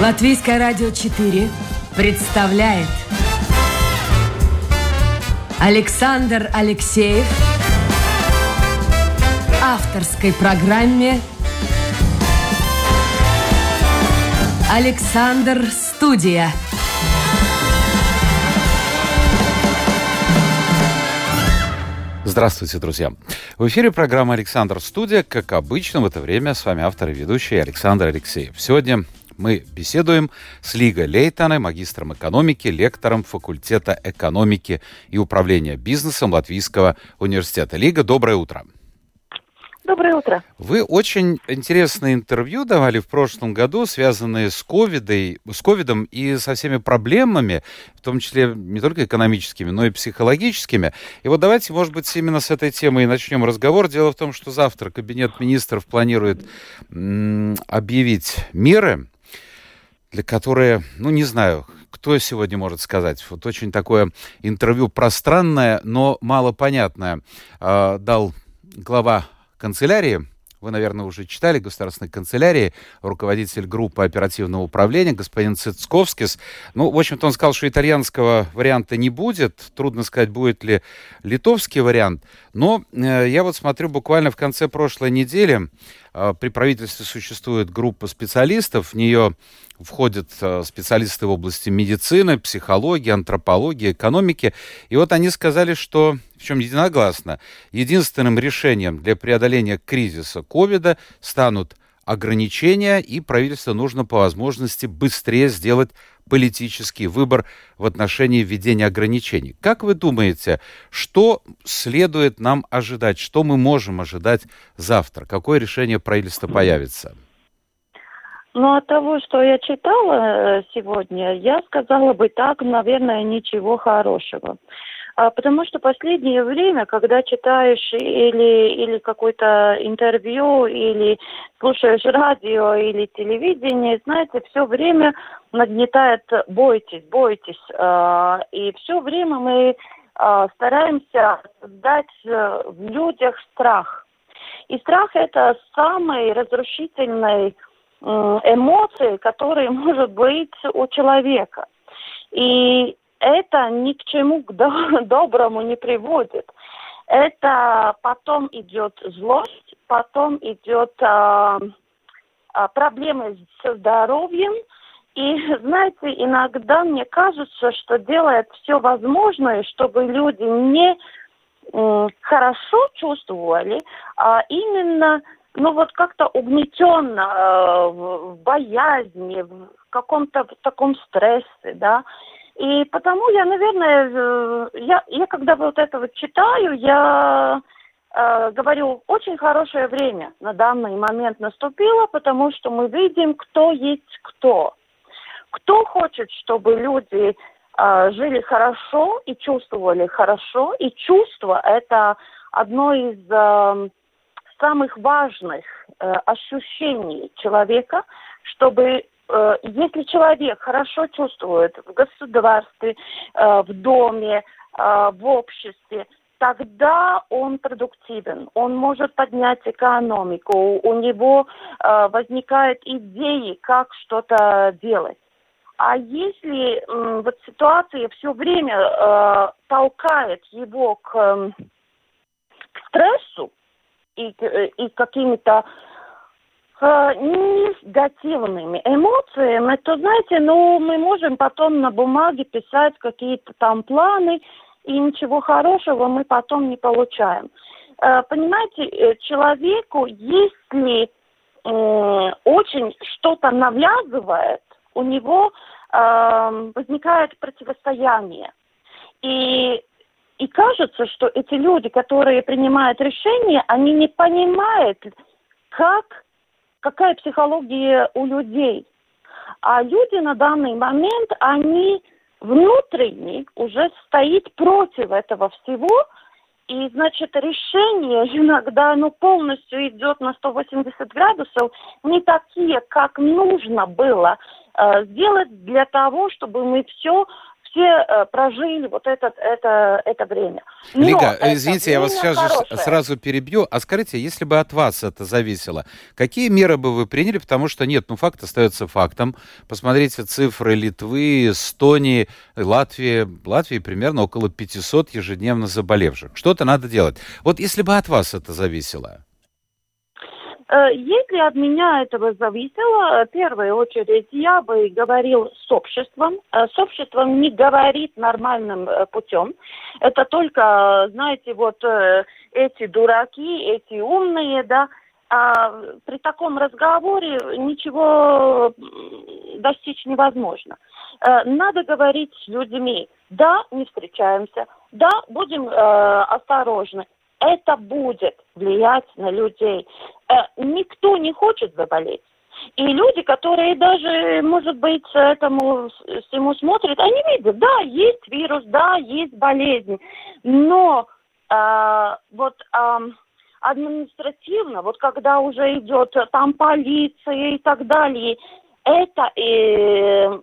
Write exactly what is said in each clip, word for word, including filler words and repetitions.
Латвийское радио четыре представляет Александр Алексеев в авторской программе «Александр Студия». Здравствуйте, друзья! В эфире программа «Александр Студия». Как обычно, в это время с вами автор и ведущий Александр Алексеев. Сегодня мы беседуем с Лига Лейтаной, магистром экономики, лектором факультета экономики и управления бизнесом Латвийского университета. Лига, доброе утро! Доброе утро. Вы очень интересное интервью давали в прошлом году, связанные с ковидом, с ковидом и со всеми проблемами, в том числе не только экономическими, но и психологическими. И вот давайте, может быть, именно с этой темы и начнем разговор. Дело в том, что завтра Кабинет министров планирует м- объявить меры, для которые, ну, не знаю, кто сегодня может сказать. Вот очень такое интервью пространное, но малопонятное э, дал глава канцелярии, вы, наверное, уже читали, государственной канцелярии, руководитель группы оперативного управления, господин Цицковскис. Ну, в общем-то, он сказал, что итальянского варианта не будет. Трудно сказать, будет ли литовский вариант. Но э, я вот смотрю, буквально в конце прошлой недели э, при правительстве существует группа специалистов. В нее входят э, специалисты в области медицины, психологии, антропологии, экономики. И вот они сказали, что, причем единогласно, единственным решением для преодоления кризиса ковида станут ограничения, и правительству нужно по возможности быстрее сделать политический выбор в отношении введения ограничений. Как вы думаете, что следует нам ожидать, что мы можем ожидать завтра? Какое решение правительства появится? Ну, от того, что я читала сегодня, я сказала бы так, наверное, ничего хорошего. А, потому что последнее время, когда читаешь или, или какое-то интервью, или слушаешь радио, или телевидение, знаете, все время нагнетает «бойтесь, бойтесь». А, и все время мы а, стараемся создать в людях страх. И страх – это самый разрушительный эмоции, которые может быть у человека. И это ни к чему к доброму не приводит. Это потом идет злость, потом идет а, а, проблемы со здоровьем. И, знаете, иногда мне кажется, что делает все возможное, чтобы люди не м, хорошо чувствовали, а именно ну вот как-то угнетенно, э, в боязни, в каком-то в таком стрессе, да. И потому я, наверное, э, я, я когда вот это вот читаю, я э, говорю, очень хорошее время на данный момент наступило, потому что мы видим, кто есть кто. Кто хочет, чтобы люди э, жили хорошо и чувствовали хорошо, и чувство – это одно из э, самых важных э, ощущений человека, чтобы, э, если человек хорошо чувствует в государстве, э, в доме, э, в обществе, тогда он продуктивен, он может поднять экономику, у него э, возникают идеи, как что-то делать. А если э, вот ситуация все время э, толкает его к, э, к стрессу, И, и какими-то э, негативными эмоциями, то, знаете, ну, мы можем потом на бумаге писать какие-то там планы, и ничего хорошего мы потом не получаем. Э, понимаете, человеку, если э, очень что-то навязывает, у него э, возникает противостояние. И И кажется, что эти люди, которые принимают решения, они не понимают, как, какая психология у людей. А люди на данный момент, они внутренне уже стоят против этого всего. И, значит, решение иногда ну, полностью идет на сто восемьдесят градусов, не такие, как нужно было э, сделать для того, чтобы мы все все э, прожили вот этот, это, это время. Но Лига, это извините, я вас сейчас же сразу перебью. А скажите, если бы от вас это зависело, какие меры бы вы приняли? Потому что нет, ну факт остается фактом. Посмотрите цифры Литвы, Эстонии, Латвии. Латвии примерно около пятьсот ежедневно заболевших. Что-то надо делать. Вот если бы от вас это зависело. Если от меня этого зависело, в первую очередь я бы говорил с обществом. С обществом не говорит нормальным путем. Это только, знаете, вот эти дураки, эти умные, да. А при таком разговоре ничего достичь невозможно. Надо говорить с людьми. Да, не встречаемся. Да, будем э, осторожны. Это будет влиять на людей. Э, никто не хочет заболеть. И люди, которые даже, может быть, этому всему смотрят, они видят, да, есть вирус, да, есть болезнь. Но э, вот э, административно, вот когда уже идет там полиция и так далее, это... Э,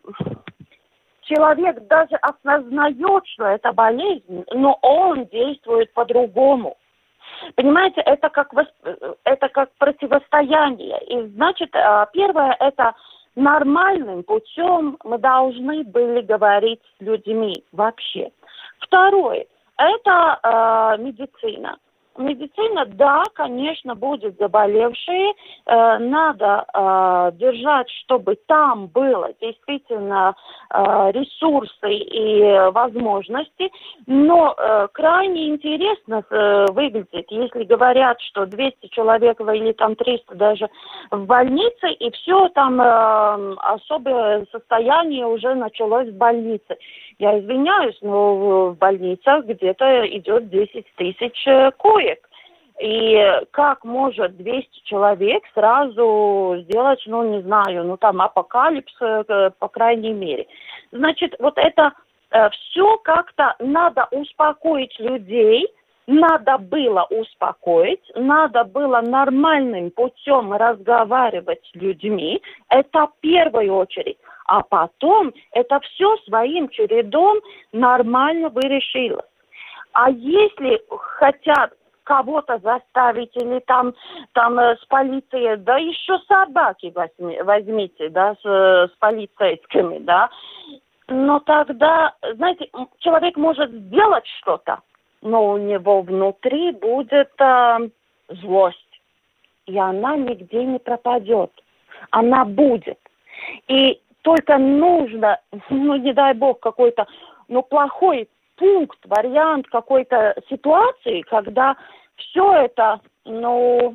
человек даже осознает, что это болезнь, но он действует по-другому. Понимаете, это как, восп... это как противостояние. И значит, первое, это нормальным путем мы должны были говорить с людьми вообще. Второе, это э, медицина. Медицина, да, конечно, будет заболевшие. Э, надо э, держать, чтобы там было действительно э, ресурсы и возможности. Но э, крайне интересно э, выглядит, если говорят, что двести человек или там триста даже в больнице, и все там э, особое состояние уже началось в больнице. Я извиняюсь, но в больницах где-то идет десять тысяч коек. И как может двести человек сразу сделать, ну, не знаю, ну, там, апокалипсис, по крайней мере. Значит, вот это э, все как-то надо успокоить людей, надо было успокоить, надо было нормальным путем разговаривать с людьми. Это в первую очередь. А потом это все своим чередом нормально бы решилось. А если хотят кого-то заставить или там, там с полицией, да еще собаки возьми, возьмите, да, с, с полицейскими, да. Но тогда, знаете, человек может сделать что-то, но у него внутри будет э, злость. И она нигде не пропадет. Она будет. И только нужно, ну не дай бог, какой-то, ну плохой пункт, вариант какой-то ситуации, когда все это, ну,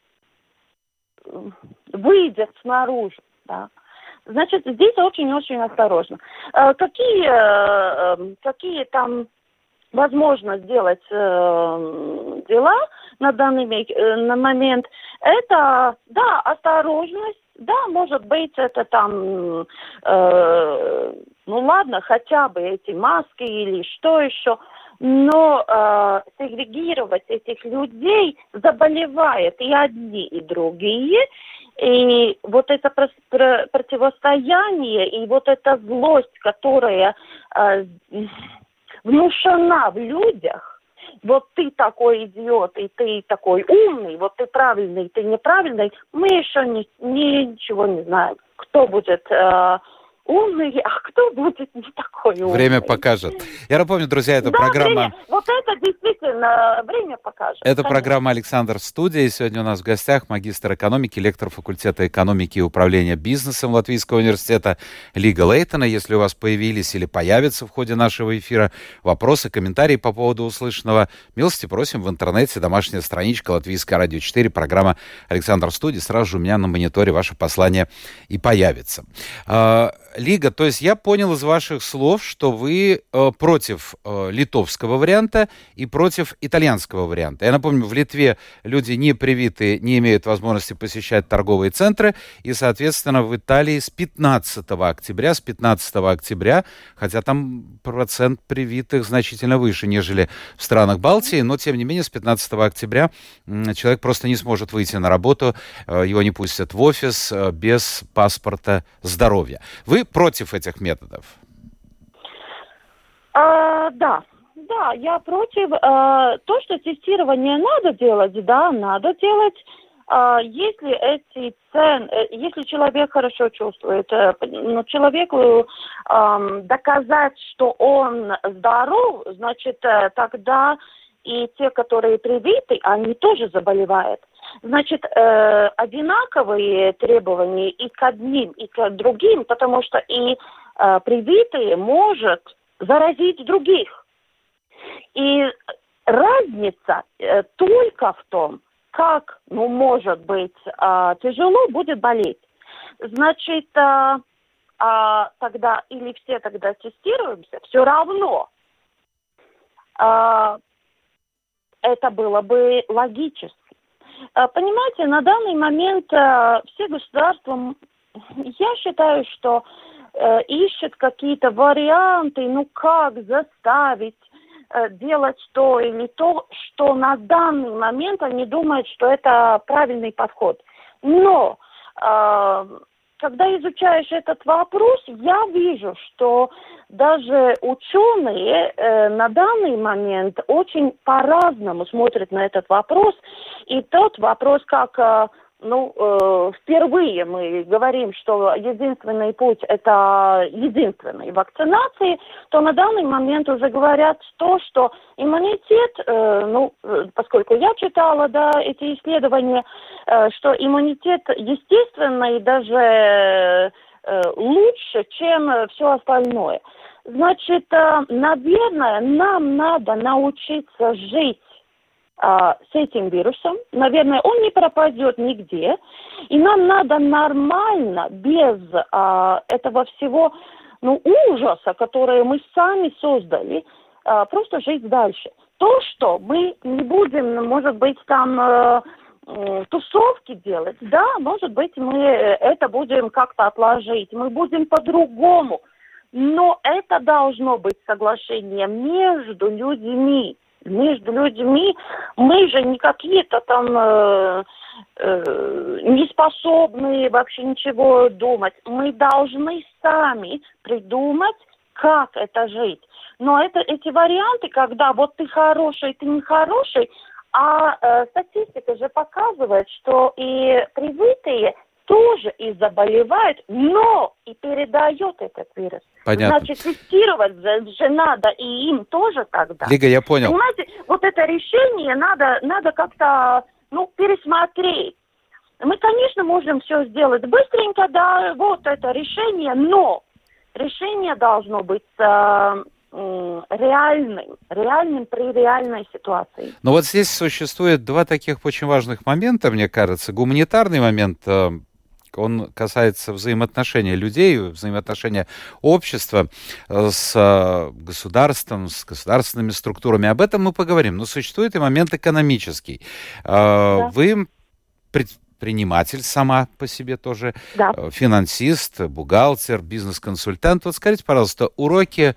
выйдет снаружи, да. Значит, здесь очень-очень осторожно. Э, какие, э, какие там возможно сделать э, дела на данный э, на момент? Это, да, осторожность. Да, может быть, это там, э, ну ладно, хотя бы эти маски или что еще, но э, сегрегировать этих людей заболевают и одни, и другие, и вот это про- про- противостояние, и вот эта злость, которая э, внушена в людях, вот ты такой идиот, и ты такой умный, вот ты правильный, ты неправильный, мы еще не, не, ничего не знаем, кто будет э, умный, а кто будет не такой умный. Время покажет. Я напомню, друзья, это да, программа... Время, вот это действительно время покажет. Это конечно. Программа «Александр в студии». Сегодня у нас в гостях магистр экономики, лектор факультета экономики и управления бизнесом Латвийского университета Лига Лейтона. Если у вас появились или появятся в ходе нашего эфира вопросы, комментарии по поводу услышанного, милости просим в интернете, домашняя страничка Латвийское радио четыре, программа «Александр в студии». Сразу же у меня на мониторе ваше послание и появится. Лига, то есть я понял из ваших слов, что вы э, против э, литовского варианта и против итальянского варианта. Я напомню, в Литве люди не привитые не имеют возможности посещать торговые центры, и, соответственно, в Италии с пятнадцатого октября, с пятнадцатого октября, хотя там процент привитых значительно выше, нежели в странах Балтии, но, тем не менее, с пятнадцатого октября э, человек просто не сможет выйти на работу, э, его не пустят в офис э, без паспорта здоровья. Вы против этих методов? А, да, да, я против. А, то, что тестирование надо делать, да, надо делать. А, если эти цены, если человек хорошо чувствует, ну, человеку а, доказать, что он здоров, значит, тогда и те, которые привиты, они тоже заболевают. Значит, э, одинаковые требования и к одним, и к другим, потому что и э, привитые может заразить других. И разница э, только в том, как, ну, может быть, э, тяжело будет болеть. Значит, э, э, тогда или все тогда тестируемся, все равно э, это было бы логически. Понимаете, на данный момент все государства, я считаю, что э, ищут какие-то варианты, ну как заставить э, делать то или то, что на данный момент они думают, что это правильный подход. Но э, когда изучаешь этот вопрос, я вижу, что даже ученые э, на данный момент очень по-разному смотрят на этот вопрос. И тот вопрос, как, э, ну, э, впервые мы говорим, что единственный путь – это единственной вакцинации, то на данный момент уже говорят то, что иммунитет, э, ну, поскольку я читала, да, эти исследования, э, что иммунитет естественный даже э, лучше, чем все остальное. Значит, наверное, нам надо научиться жить а, с этим вирусом. Наверное, он не пропадет нигде. И нам надо нормально, без а, этого всего, ну, ужаса, который мы сами создали, а, просто жить дальше. То, что мы не будем, может быть, там э, э, тусовки делать, да, может быть, мы это будем как-то отложить. Мы будем по-другому. Но это должно быть соглашение между людьми. Между людьми мы же не какие-то там э, э, неспособные вообще ничего думать. Мы должны сами придумать, как это жить. Но это эти варианты, когда вот ты хороший, ты нехороший, а э, статистика же показывает, что и привитые тоже и заболевают, но и передает этот вирус. Понятно. Значит, тестировать же надо и им тоже тогда. Лига, я понял. Понимаете, вот это решение надо, надо как-то, ну, пересмотреть. Мы, конечно, можем все сделать быстренько, да, вот это решение, но решение должно быть э, э, реальным, реальным при реальной ситуации. Но вот здесь существует два таких очень важных момента, мне кажется. Гуманитарный момент, э, он касается взаимоотношения людей, взаимоотношения общества с государством, с государственными структурами. Об этом мы поговорим. Но существует и момент экономический. Да. Вы предприниматель сама по себе тоже, да. Финансист, бухгалтер, бизнес-консультант. Вот скажите, пожалуйста, уроки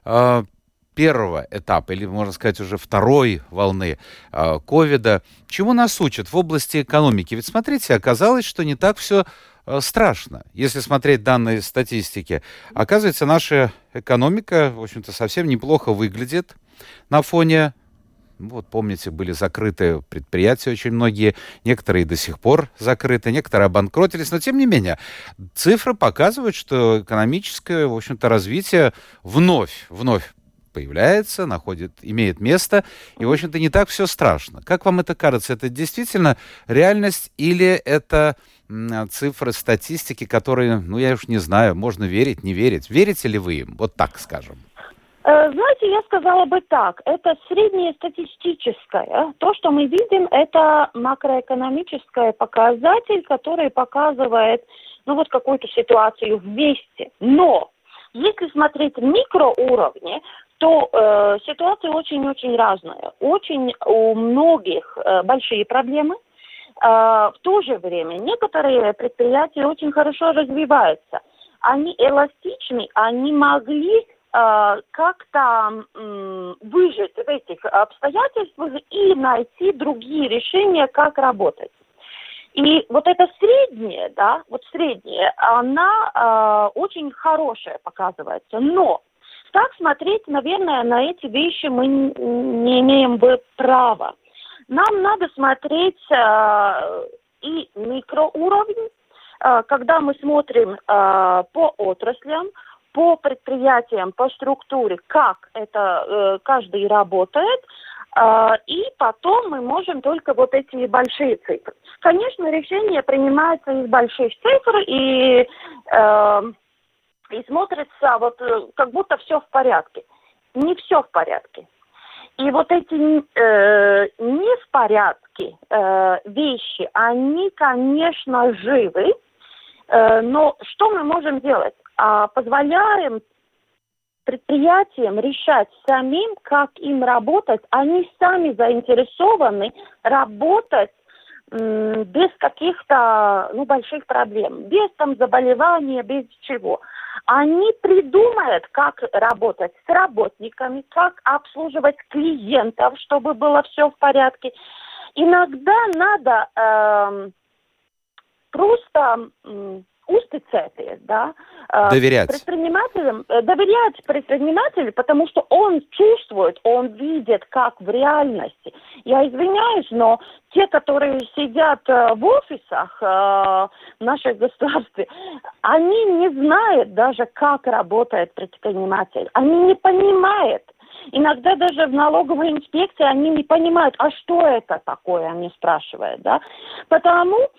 первого этапа, или, можно сказать, уже второй волны ковида, чему нас учат в области экономики? Ведь, смотрите, оказалось, что не так все э, страшно. Если смотреть данные статистики, оказывается, наша экономика, в общем-то, совсем неплохо выглядит на фоне... Вот, помните, были закрыты предприятия очень многие, некоторые до сих пор закрыты, некоторые обанкротились, но, тем не менее, цифры показывают, что экономическое, в общем-то, развитие вновь, вновь появляется, находит, имеет место, и, в общем-то, не так все страшно. Как вам это кажется? Это действительно реальность или это м, цифры статистики, которые, ну, я уж не знаю, можно верить, не верить? Верите ли вы им? Вот так скажем. Знаете, я сказала бы так, это среднестатистическое. То, что мы видим, это макроэкономический показатель, который показывает, ну, вот какую-то ситуацию вместе. Но если смотреть микроуровни, то э, ситуация очень-очень разная. Очень у многих э, большие проблемы. Э, в то же время некоторые предприятия очень хорошо развиваются. Они эластичны, они могли э, как-то э, выжить в этих обстоятельствах и найти другие решения, как работать. И вот эта средняя, да, вот средняя, она э, очень хорошая показывается. Но Так смотреть, наверное, на эти вещи мы не имеем бы права. Нам надо смотреть э, и микроуровень, э, когда мы смотрим э, по отраслям, по предприятиям, по структуре, как это э, каждый работает, э, и потом мы можем только вот эти большие цифры. Конечно, решение принимается из больших цифр, и, э, и смотрится вот как будто все в порядке. Не все в порядке. И вот эти э, не в порядке э, вещи, они, конечно, живы, э, но что мы можем делать? А, позволяем предприятиям решать самим, как им работать. Они сами заинтересованы работать м, без каких-то ну, больших проблем, без там заболевания, без чего. Они придумают, как работать с работниками, как обслуживать клиентов, чтобы было все в порядке. Иногда надо э, просто э, устыцепить, да, э, доверять. предпринимателям, э, доверять предпринимателю, потому что он чувствует, он видит, как в реальности. Я извиняюсь, но те, которые сидят э, в офисах э, в нашей государстве, они не знают даже, как работает предприниматель. Они не понимают. Иногда даже в налоговой инспекции они не понимают, а что это такое, они спрашивают, да. Потому э,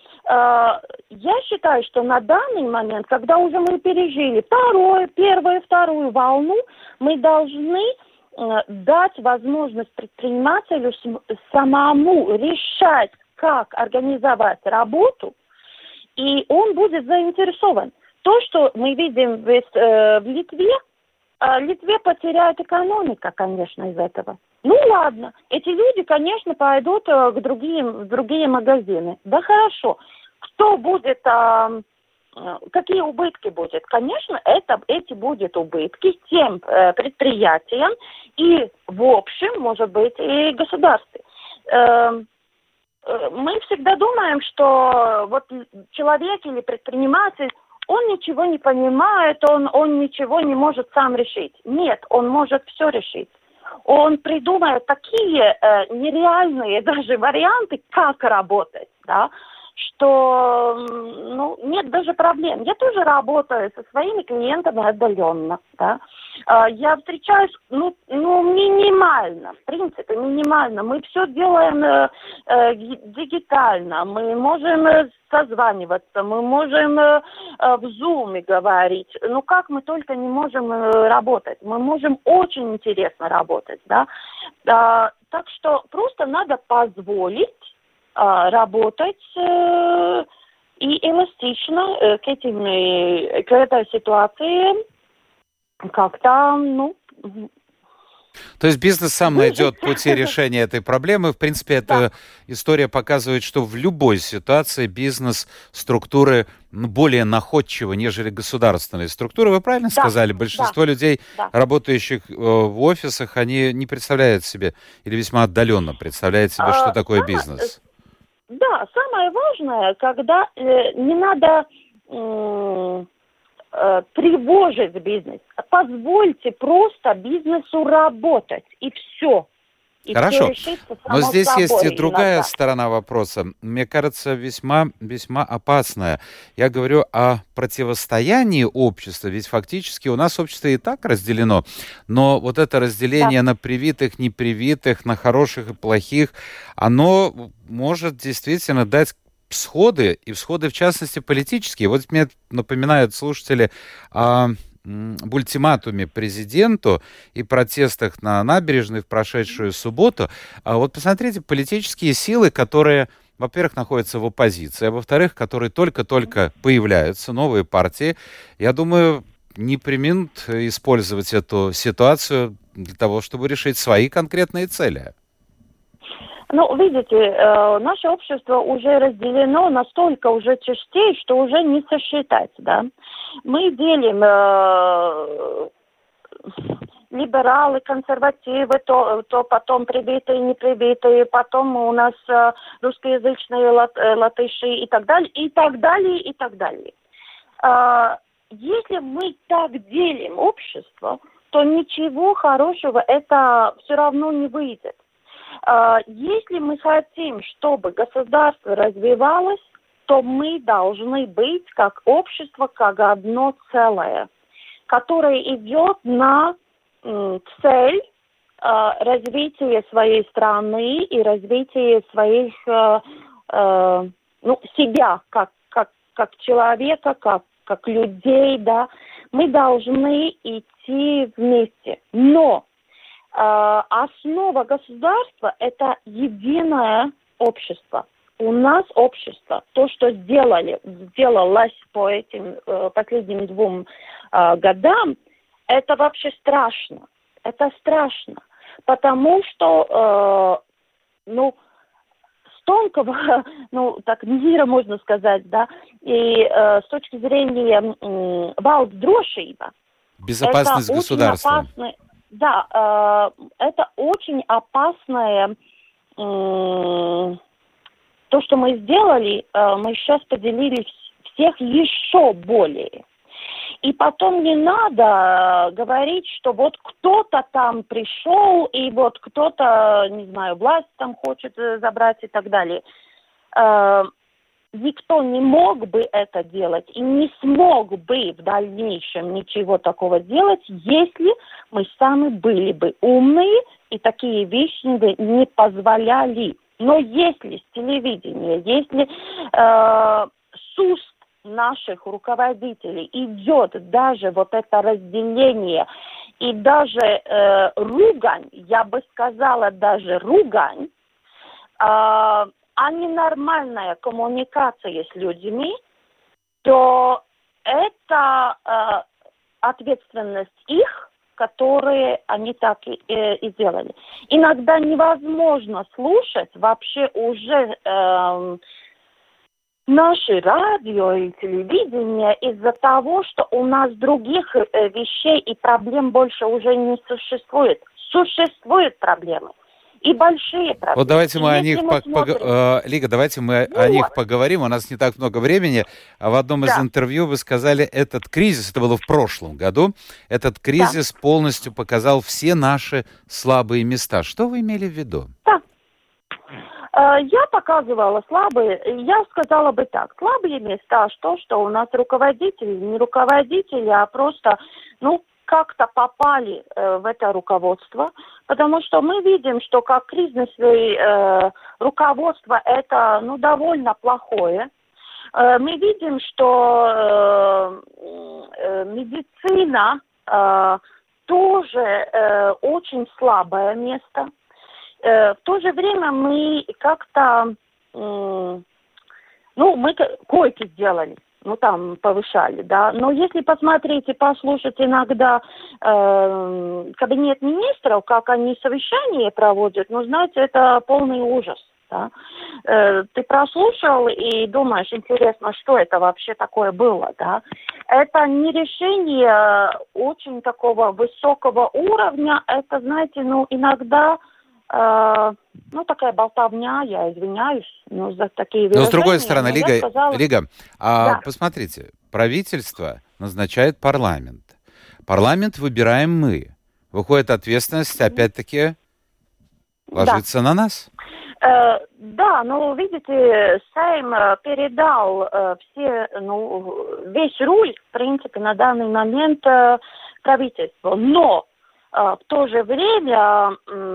я считаю, что на данный момент, когда уже мы пережили вторую, первую, вторую волну, мы должны э, дать возможность предпринимателю с, самому решать, как организовать работу, и он будет заинтересован. То, что мы видим в, э, в Литве, Литве потеряет экономика, конечно, из этого. Ну ладно, эти люди, конечно, пойдут к другим, в другие магазины. Да хорошо. Кто будет, а, какие убытки будут? Конечно, это, эти будут убытки тем а, предприятиям и, в общем, может быть, и государству. А, мы всегда думаем, что вот человек или предприниматель, он ничего не понимает, он, он ничего не может сам решить. Нет, он может все решить. Он придумает такие э, нереальные даже варианты, как работать, да, что ну, нет даже проблем. Я тоже работаю со своими клиентами отдаленно, да. Э, я встречаюсь, ну, ну, минимально, в принципе, минимально. Мы все делаем э, э, дигитально, мы можем э, созваниваться, мы можем э, в Zoom говорить. Ну, как мы только не можем э, работать. Мы можем очень интересно работать, да. Э, так что просто надо позволить работать э, и эластично э, к этим, э, к этой ситуации как-то, ну... То есть бизнес сам найдет пути решения этой проблемы. В принципе, эта да. история показывает, что в любой ситуации бизнес, структуры более находчивы, нежели государственные структуры. Вы правильно да. сказали? Большинство да. людей, да. работающих э, в офисах, они не представляют себе, или весьма отдаленно представляют себе, а, что такое да. бизнес. Да, самое важное, когда э, не надо э, э, тревожить бизнес, позвольте просто бизнесу работать, и все. И Хорошо, все решится само но здесь собой есть и другая иногда. сторона вопроса, мне кажется, весьма, весьма опасная. Я говорю о противостоянии общества, ведь фактически у нас общество и так разделено, но вот это разделение да. на привитых, непривитых, на хороших и плохих, оно может действительно дать всходы, и всходы в частности политические. Вот мне напоминают слушатели о в ультиматуме президенту и протестах на набережной в прошедшую субботу. А вот посмотрите, политические силы, которые, во-первых, находятся в оппозиции, а во-вторых, которые только-только появляются, новые партии, я думаю, не преминут использовать эту ситуацию для того, чтобы решить свои конкретные цели. Ну, видите, э, наше общество уже разделено настолько уже частей, что уже не сосчитать, да. Мы делим э, либералы, консервативы, то, то потом привитые, непривитые, потом у нас э, русскоязычные лат, э, латыши и так далее, и так далее, и так далее. Э, если мы так делим общество, то ничего хорошего это все равно не выйдет. Если мы хотим, чтобы государство развивалось, то мы должны быть как общество, как одно целое, которое идет на м, цель э, развития своей страны и развития своих, э, э, ну, себя как, как, как человека, как, как людей, да. Мы должны идти вместе. Но э, основа государства – это единое общество. У нас общество, то, что сделали, сделалось по этим э, последним двум э, годам, это вообще страшно. Это страшно. Потому что, э, ну, с тонкого, ну, так, мира, можно сказать, да, и э, с точки зрения э, валдсдрошība, безопасность это государства. Очень опасный, да, э, это очень опасное... Э, То, что мы сделали, мы сейчас поделили всех еще более. И потом не надо говорить, что вот кто-то там пришел, и вот кто-то, не знаю, власть там хочет забрать и так далее. Никто не мог бы это делать и не смог бы в дальнейшем ничего такого делать, если мы сами были бы умные и такие вещи не позволяли. Но если с телевидения, если э, с уст наших руководителей идет даже вот это разделение и даже э, ругань, я бы сказала даже ругань, э, а не нормальная коммуникация с людьми, то это э, ответственность их, которые они так и, э, и делали. Иногда невозможно слушать вообще уже э, наши радио и телевидение из-за того, что у нас других э, вещей и проблем больше уже не существует. Существуют проблемы. И большие проблемы. Вот давайте мы и о них, мы пог... смотрим... э, Лига, давайте мы вот. о них поговорим. У нас не так много времени. А в одном из да. интервью вы сказали, этот кризис, это было в прошлом году, этот кризис да. полностью показал все наши слабые места. Что вы имели в виду? Да. Я показывала слабые, я сказала бы так, слабые места, что, что у нас руководители, не руководители, а просто, ну, как-то попали э, в это руководство, потому что мы видим, что как кризисное э, руководство это, ну, довольно плохое. Э, мы видим, что э, э, медицина э, тоже э, очень слабое место. Э, в то же время мы как-то, э, ну, мы койки сделали. Ну, там повышали, да. Но если посмотреть и послушать иногда э, кабинет министров, как они совещания проводят, ну, знаете, это полный ужас, да. Э, ты прослушал и думаешь, интересно, что это вообще такое было, да. Это не решение очень такого высокого уровня, это, знаете, ну, иногда... Uh, ну, такая болтовня, я извиняюсь, ну, за такие выражения. Но с другой стороны, Лига, сказала... Лига а, да. посмотрите, правительство назначает парламент. Парламент выбираем мы. Выходит, ответственность, опять-таки, ложится да. на нас. Uh, да, ну, видите, Сейм передал uh, все, ну, весь руль, в принципе, на данный момент uh, правительству. Но в то же время,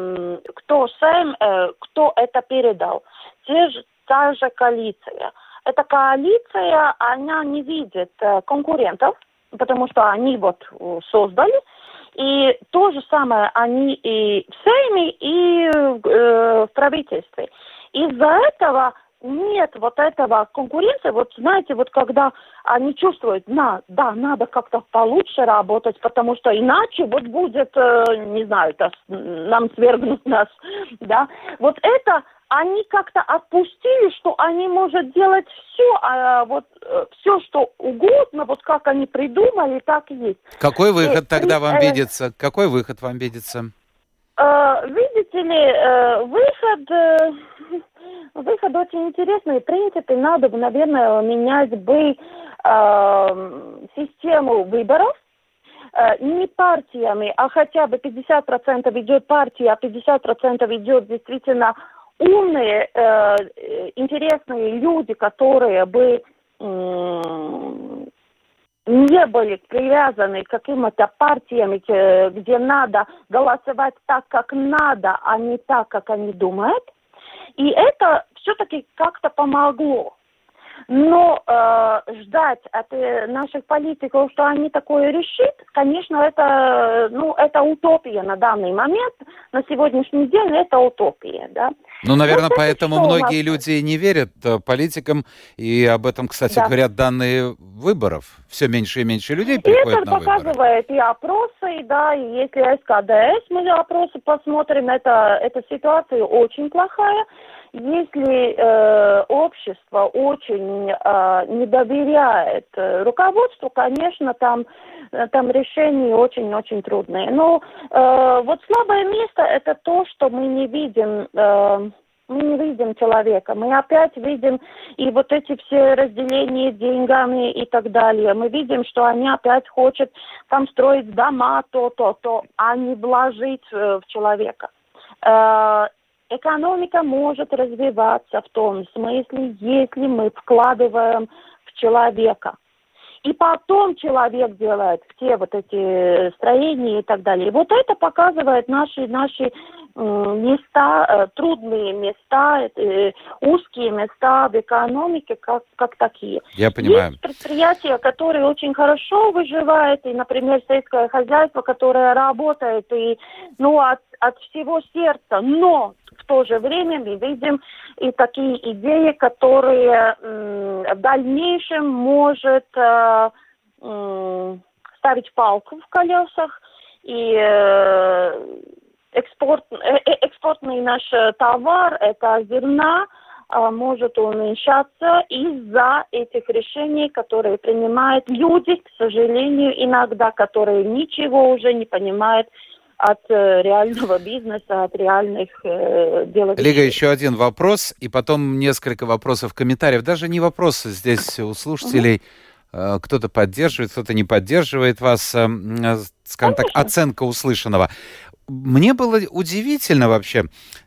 кто Сейм, кто это передал? Те же, та же коалиция. Эта коалиция, она не видит конкурентов, потому что они вот создали. И то же самое они и в Сейме, и в правительстве. Из-за этого нет вот этого конкуренции, вот знаете, вот когда они чувствуют, на, да, надо как-то получше работать, потому что иначе вот будет, э, не знаю, это, нам свергнут нас, да, вот это они как-то отпустили, что они могут делать все, а вот э, все, что угодно, вот как они придумали, так и есть. Какой выход и, тогда и, вам э, видится? Какой выход вам видится? Э, видите ли, э, выход... Э, Выход очень интересный. В принципе, надо бы, наверное, менять бы э, систему выборов. э, не партиями, а хотя бы пятьдесят процентов идет партия, а пятьдесят процентов идет действительно умные, э, интересные люди, которые бы э, не были привязаны к каким-то партиям, где надо голосовать так, как надо, а не так, как они думают. И это все-таки как-то помогло. Но э, ждать от э, наших политиков, что они такое решат, конечно, это, ну, это утопия на данный момент. На сегодняшний день это утопия, да. Ну, наверное, вот поэтому многие нас... люди не верят политикам, и об этом, кстати, да. говорят данные выборов. Все меньше и меньше людей приходят это на выборы. Это показывает и опросы, да, и если эс ка дэ эс мы опросы посмотрим, это, эта ситуация очень плохая. Если э, общество очень э, не доверяет э, руководству, конечно, там, э, там решения очень-очень трудные. Но э, вот слабое место – это то, что мы не видим, э, мы не видим человека. Мы опять видим и вот эти все разделения деньгами и так далее. Мы видим, что они опять хотят там строить дома, то-то, то, а не вложить э, в человека. Э, Экономика может развиваться в том смысле, если мы вкладываем в человека. И потом человек делает все вот эти строения и так далее. И вот это показывает наши, наши места, трудные места, узкие места в экономике, как, как такие. Я понимаю. Есть предприятия, которые очень хорошо выживают, и, например, сельское хозяйство, которое работает и, ну, от, от всего сердца, но в то же время мы видим и такие идеи, которые м, в дальнейшем может э, м, ставить палку в колесах, и э, экспорт, э, экспортный наш товар, это зерна, э, может уменьшаться из-за этих решений, которые принимают люди, к сожалению, иногда, которые ничего уже не понимают от э, реального бизнеса, от реальных э, дел. Лига, еще один вопрос, и потом несколько вопросов, комментариев. Даже не вопросы здесь у слушателей. Uh-huh. Кто-то поддерживает, кто-то не поддерживает вас, скажем так, оценка услышанного. Мне было удивительно вообще,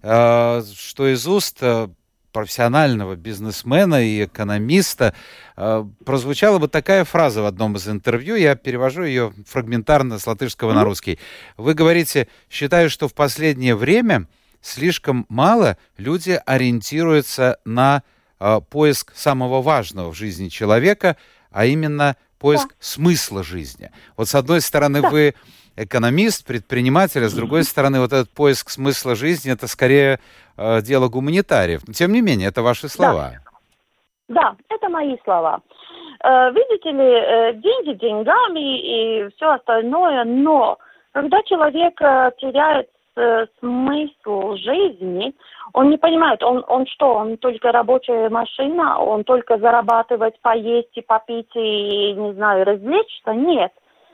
что из уст профессионального бизнесмена и экономиста э, прозвучала бы такая фраза в одном из интервью, я перевожу ее фрагментарно с латышского mm-hmm. на русский. Вы говорите: считаю, что в последнее время слишком мало люди ориентируются на э, поиск самого важного в жизни человека, а именно поиск yeah. смысла жизни. Вот с одной стороны yeah. вы экономист, предприниматель, а с другой стороны вот этот поиск смысла жизни — это скорее э, дело гуманитариев. Но, тем не менее, это ваши слова. Да, да, это мои слова. Э, видите ли, э, деньги деньгами и все остальное, но когда человек э, теряет э, смысл жизни, он не понимает, он, он что, он только рабочая машина, он только зарабатывать, поесть и попить и, не знаю, развлечься? Нет.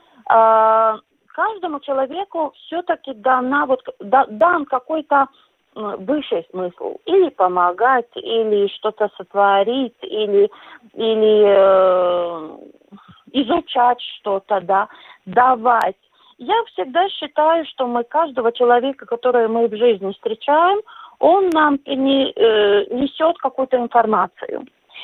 Э, Каждому человеку все-таки дана, вот, да, дан какой-то высший смысл. Или помогать, или что-то сотворить, или, или э, изучать что-то, да, давать. Я всегда считаю, что мы каждого человека, которого мы в жизни встречаем, он нам не, э, несет какую-то информацию.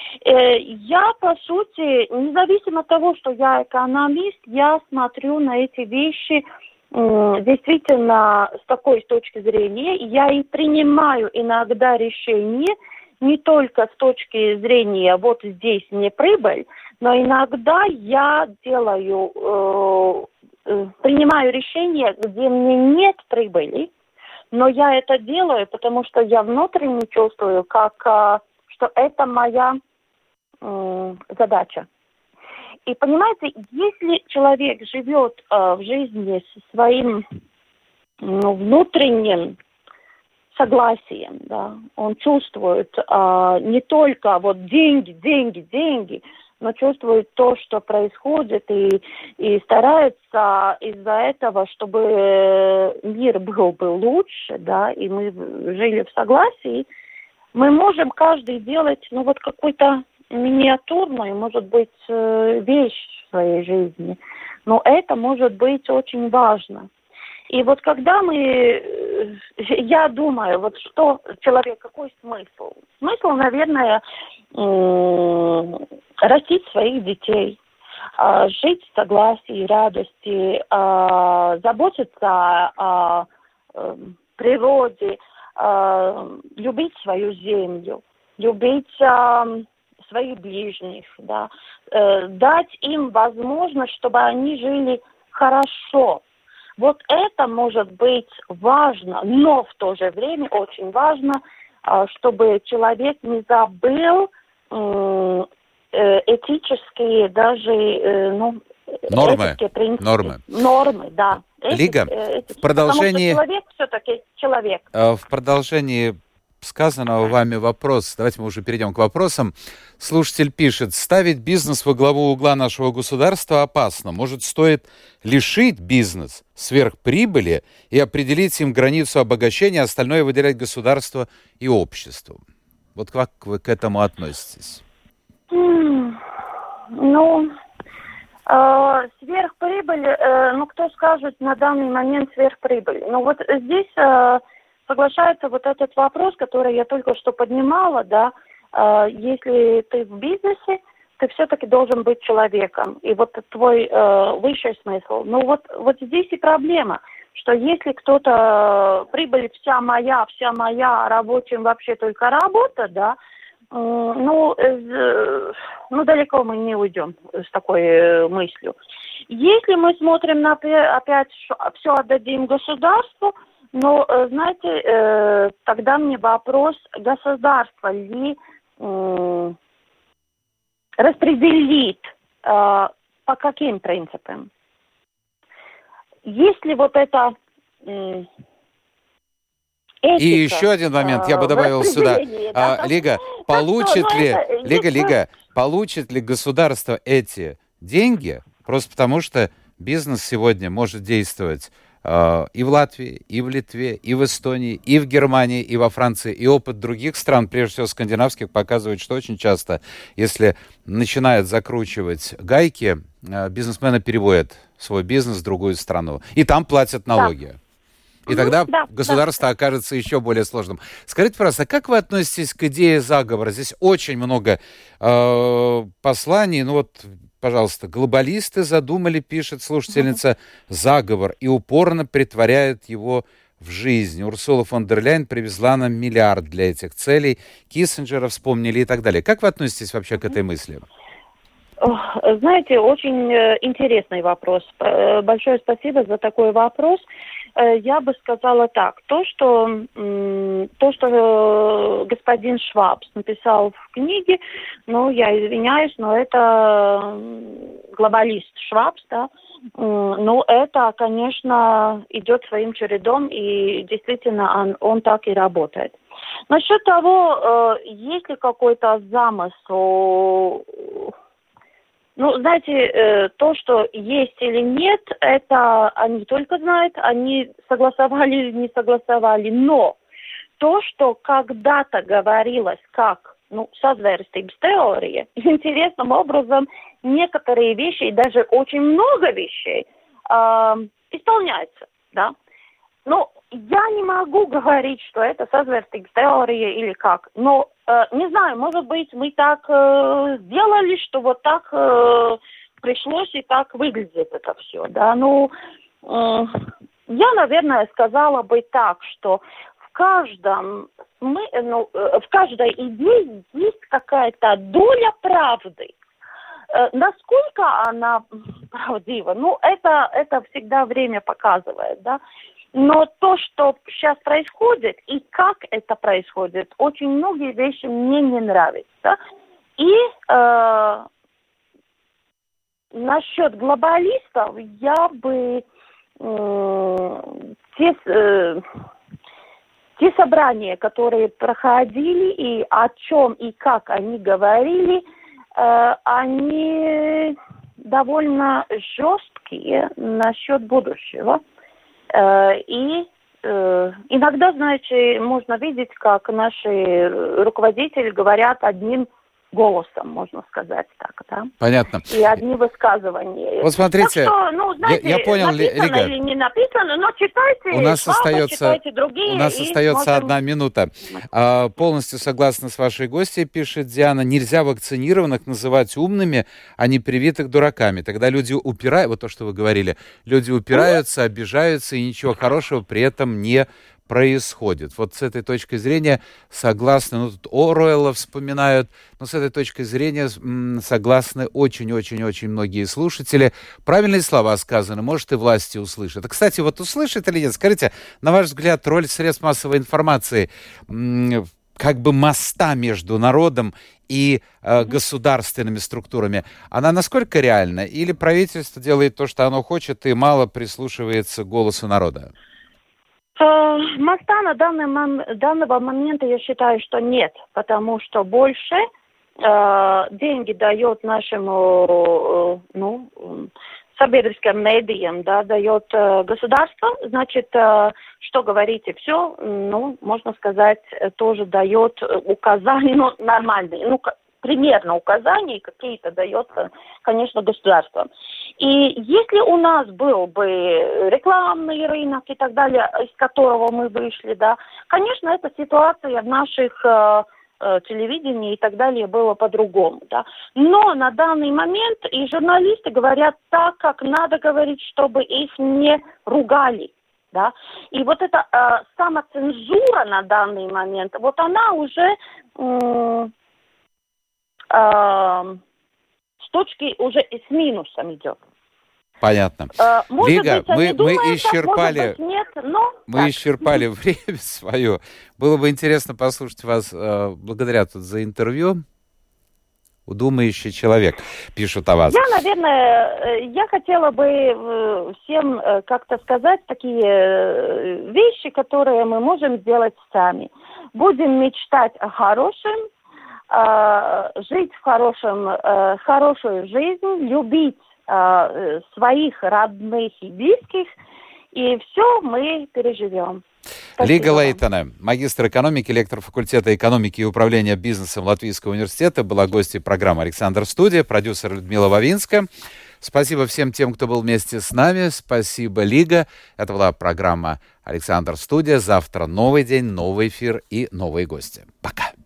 Я, по сути, независимо от того, что я экономист, я смотрю на эти вещи э, действительно с такой точки зрения. Я и принимаю иногда решения не только с точки зрения «вот здесь мне прибыль», но иногда я делаю, э, э, принимаю решения, где мне нет прибыли, но я это делаю, потому что я внутренне чувствую, как... Э, что это моя э, задача. И понимаете, если человек живет э, в жизни со своим ну, внутренним согласием, да, он чувствует э, не только вот деньги, деньги, деньги, но чувствует то, что происходит, и, и старается из-за этого, чтобы мир был бы лучше, да, и мы жили в согласии. Мы можем каждый делать, ну, вот какой-то миниатюрную, может быть, вещь в своей жизни, но это может быть очень важно. И вот когда мы, я думаю, вот что человек, какой смысл? Смысл, наверное, растить своих детей, жить в согласии и радости, заботиться о природе, любить свою землю, любить своих ближних, да, дать им возможность, чтобы они жили хорошо. Вот это может быть важно, но в то же время очень важно, чтобы человек не забыл этические даже, ну, нормы. принципы. Нормы. Нормы, да. Лига, Эти, в продолжении... Потому что человек все-таки человек. В продолжении сказанного вами вопрос, давайте мы уже перейдем к вопросам. Слушатель пишет: ставить бизнес во главу угла нашего государства опасно. Может, стоит лишить бизнес сверхприбыли и определить им границу обогащения, а остальное выделять государству и обществу. Вот как вы к этому относитесь? Mm, ну, э, сверхприбыль, э, ну, кто скажет на данный момент сверхприбыль? Ну, вот здесь... Э, Соглашается вот этот вопрос, который я только что поднимала, да, э, если ты в бизнесе, ты все-таки должен быть человеком, и вот твой э, высший смысл. Ну вот, вот здесь и проблема, что если кто-то, прибыль вся моя, вся моя, рабочим вообще только работа, да, э, ну, э, ну, далеко мы не уйдем с такой э, мыслью. Если мы смотрим на, опять, все отдадим государству, но, знаете, тогда мне вопрос, государство ли распределит по каким принципам? Если вот это этика, и еще один момент, я бы добавил сюда. Да? А, Лига, получит что, ли, это, Лига, если... Лига, получит ли государство эти деньги, просто потому что бизнес сегодня может действовать и в Латвии, и в Литве, и в Эстонии, и в Германии, и во Франции, и опыт других стран, прежде всего скандинавских, показывает, что очень часто, если начинают закручивать гайки, бизнесмены переводят свой бизнес в другую страну, и там платят налоги. Да. И тогда да, государство да. окажется еще более сложным. Скажите, пожалуйста, как вы относитесь к идее заговора? Здесь очень много э, посланий, ну вот... Пожалуйста, глобалисты задумали, пишет слушательница, заговор и упорно притворяют его в жизнь. Урсула фон дер Ляйен привезла нам миллиард для этих целей. Киссинджера вспомнили и так далее. Как вы относитесь вообще к этой мысли? Знаете, очень интересный вопрос. Большое спасибо за такой вопрос. Я бы сказала так. То, что, то, что господин Швабс написал в книге, ну, я извиняюсь, но это глобалист Швабс, да, ну, это, конечно, идет своим чередом, и действительно он, он так и работает. Насчет того, есть ли какой-то замысел... Ну, знаете, то, что есть или нет, это они только знают, они согласовали или не согласовали. Но то, что когда-то говорилось как, ну, сазверстības теория, интересным образом некоторые вещи, и даже очень много вещей, э, исполняются, да. Но я не могу говорить, что это сазверстības теория или как, но э, не знаю, может быть, мы так э, сделали, что вот так э, пришлось и так выглядит это все, да. Ну, э, я, наверное, сказала бы так, что в каждом, мы, ну, э, в каждой идее есть какая-то доля правды. Э, насколько она правдива? Ну, это, это всегда время показывает, да. Но то, что сейчас происходит и как это происходит, очень многие вещи мне не нравятся. И э, насчет глобалистов я бы э, те, э, те собрания, которые проходили, и о чем и как они говорили, э, они довольно жесткие насчет будущего. И э, иногда, знаете, можно видеть, как наши руководители говорят одним голосом, можно сказать так, да. Понятно. И одни высказывания. Вот смотрите, так что, ну, знаете, я, я понял, написано Лига, или не написано, но читайте, у нас слава, остается, читайте другие. у нас остается смотрим. одна минута. А, полностью согласна с вашей гостьей, пишет Диана. Нельзя вакцинированных называть умными, а не привитых дураками. Тогда люди упирают, вот то, что вы говорили, люди упираются, обижаются, и ничего хорошего при этом не происходит. Вот с этой точки зрения согласны, ну тут Оруэлла вспоминают, но с этой точки зрения м, согласны очень-очень-очень многие слушатели. Правильные слова сказаны, может, и власти услышат. А, кстати, вот услышат или нет? Скажите, на ваш взгляд, роль средств массовой информации м, как бы моста между народом и э, государственными структурами, она насколько реальна? Или правительство делает то, что оно хочет, и мало прислушивается к голосу народа? Моста на данный мом- данного момента я считаю, что нет, потому что больше э, деньги дает нашему, э, ну, собедрским медиям, да, дает э, государство, значит, э, что говорите, все, ну, можно сказать, тоже дает указания, ну, нормальные, ну, примерно указания какие-то дает, конечно, государство. И если у нас был бы рекламный рынок и так далее, из которого мы вышли, да, конечно, эта ситуация в наших э, э, телевидении и так далее было по-другому, да. Но на данный момент и журналисты говорят так, как надо говорить, чтобы их не ругали. Да? И вот эта э, самоцензура на данный момент, вот она уже э, э, с точки уже и с минусом идет. Понятно. Э, может Лига, быть, мы, думают, мы исчерпали, так, может быть, нет, но мы так. исчерпали время свое. Было бы интересно послушать вас. Э, благодаря тут за интервью. Думающий человек, пишут о вас. Я, наверное, я хотела бы всем как-то сказать такие вещи, которые мы можем сделать сами. Будем мечтать о хорошем, жить в хорошем, хорошую жизнь, любить своих родных и близких, и все мы переживем. Спасибо. Лига Лейтона, магистр экономики, лектор факультета экономики и управления бизнесом Латвийского университета, была гостьей программы «Александр Студия», продюсер Людмила Вавинска. Спасибо всем тем, кто был вместе с нами. Спасибо, Лига. Это была программа «Александр Студия». Завтра новый день, новый эфир и новые гости. Пока.